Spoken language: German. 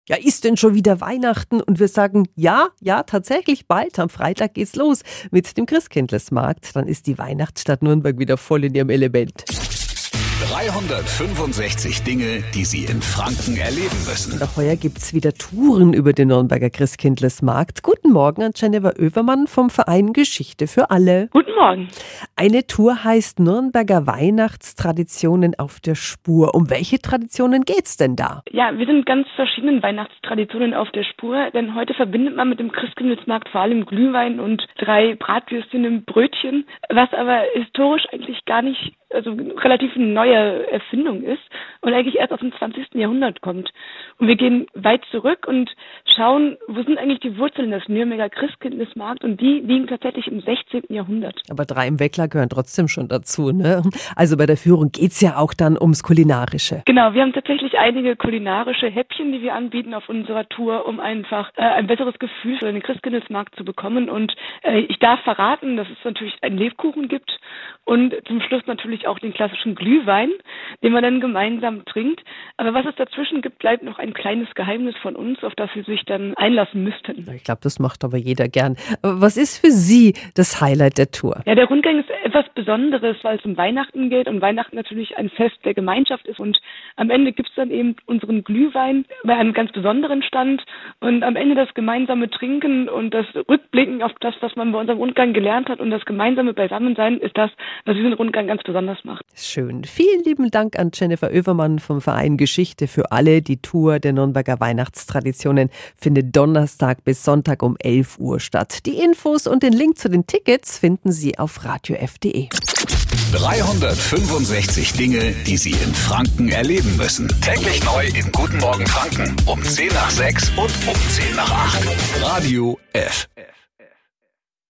Ja, ist denn schon wieder Weihnachten? Und wir sagen, ja, tatsächlich bald. Am Freitag geht's los mit dem Christkindlesmarkt. Dann ist die Weihnachtsstadt Nürnberg wieder voll in ihrem Element. 365 Dinge, die Sie in Franken erleben müssen. Auch heuer gibt's wieder Touren über den Nürnberger Christkindlesmarkt. Guten Morgen an Jennifer Oevermann vom Verein Geschichte für alle. Guten Morgen. Eine Tour heißt Nürnberger Weihnachtstraditionen auf der Spur. Um welche Traditionen geht's denn da? Ja, wir sind ganz verschiedenen Weihnachtstraditionen auf der Spur, denn heute verbindet man mit dem Christkindlesmarkt vor allem Glühwein und 3 Bratwürstchen im Brötchen, was aber historisch eigentlich gar nicht, also relativ eine neue Erfindung ist und eigentlich erst aus dem 20. Jahrhundert kommt. Und wir gehen weit zurück und schauen, wo sind eigentlich die Wurzeln des Nürnberger Christkindlesmarkt, und die liegen tatsächlich im 16. Jahrhundert. Aber 3 im Weckler gehören trotzdem schon dazu, ne? Also bei der Führung geht's ja auch dann ums Kulinarische. Genau, wir haben tatsächlich einige kulinarische Häppchen, die wir anbieten auf unserer Tour, um einfach ein besseres Gefühl für den Christkindlesmarkt zu bekommen. Und ich darf verraten, dass es natürlich einen Lebkuchen gibt und zum Schluss natürlich auch den klassischen Glühwein, den man dann gemeinsam trinkt. Aber was es dazwischen gibt, bleibt noch ein kleines Geheimnis von uns, auf das Sie sich dann einlassen müssten. Ich glaube, das macht aber jeder gern. Was ist für Sie das Highlight der Tour? Ja, der Rundgang ist etwas Besonderes, weil es um Weihnachten geht und Weihnachten natürlich ein Fest der Gemeinschaft ist. Und am Ende gibt es dann eben unseren Glühwein bei einem ganz besonderen Stand und am Ende das gemeinsame Trinken und das Rückblicken auf das, was man bei unserem Rundgang gelernt hat, und das gemeinsame Beisammensein ist das, was diesen Rundgang ganz besonders macht. Schön. Vielen lieben Dank an Jennifer Oevermann vom Verein Geschichte für alle. Die Tour der Nürnberger Weihnachtstraditionen findet Donnerstag bis Sonntag um 11 Uhr statt. Die Infos und den Link zu den Tickets finden Sie auf radiof.de. 365 Dinge, die Sie in Franken erleben müssen. Täglich neu in Guten Morgen Franken um 10 nach 6 und um 10 nach 8. Radio F.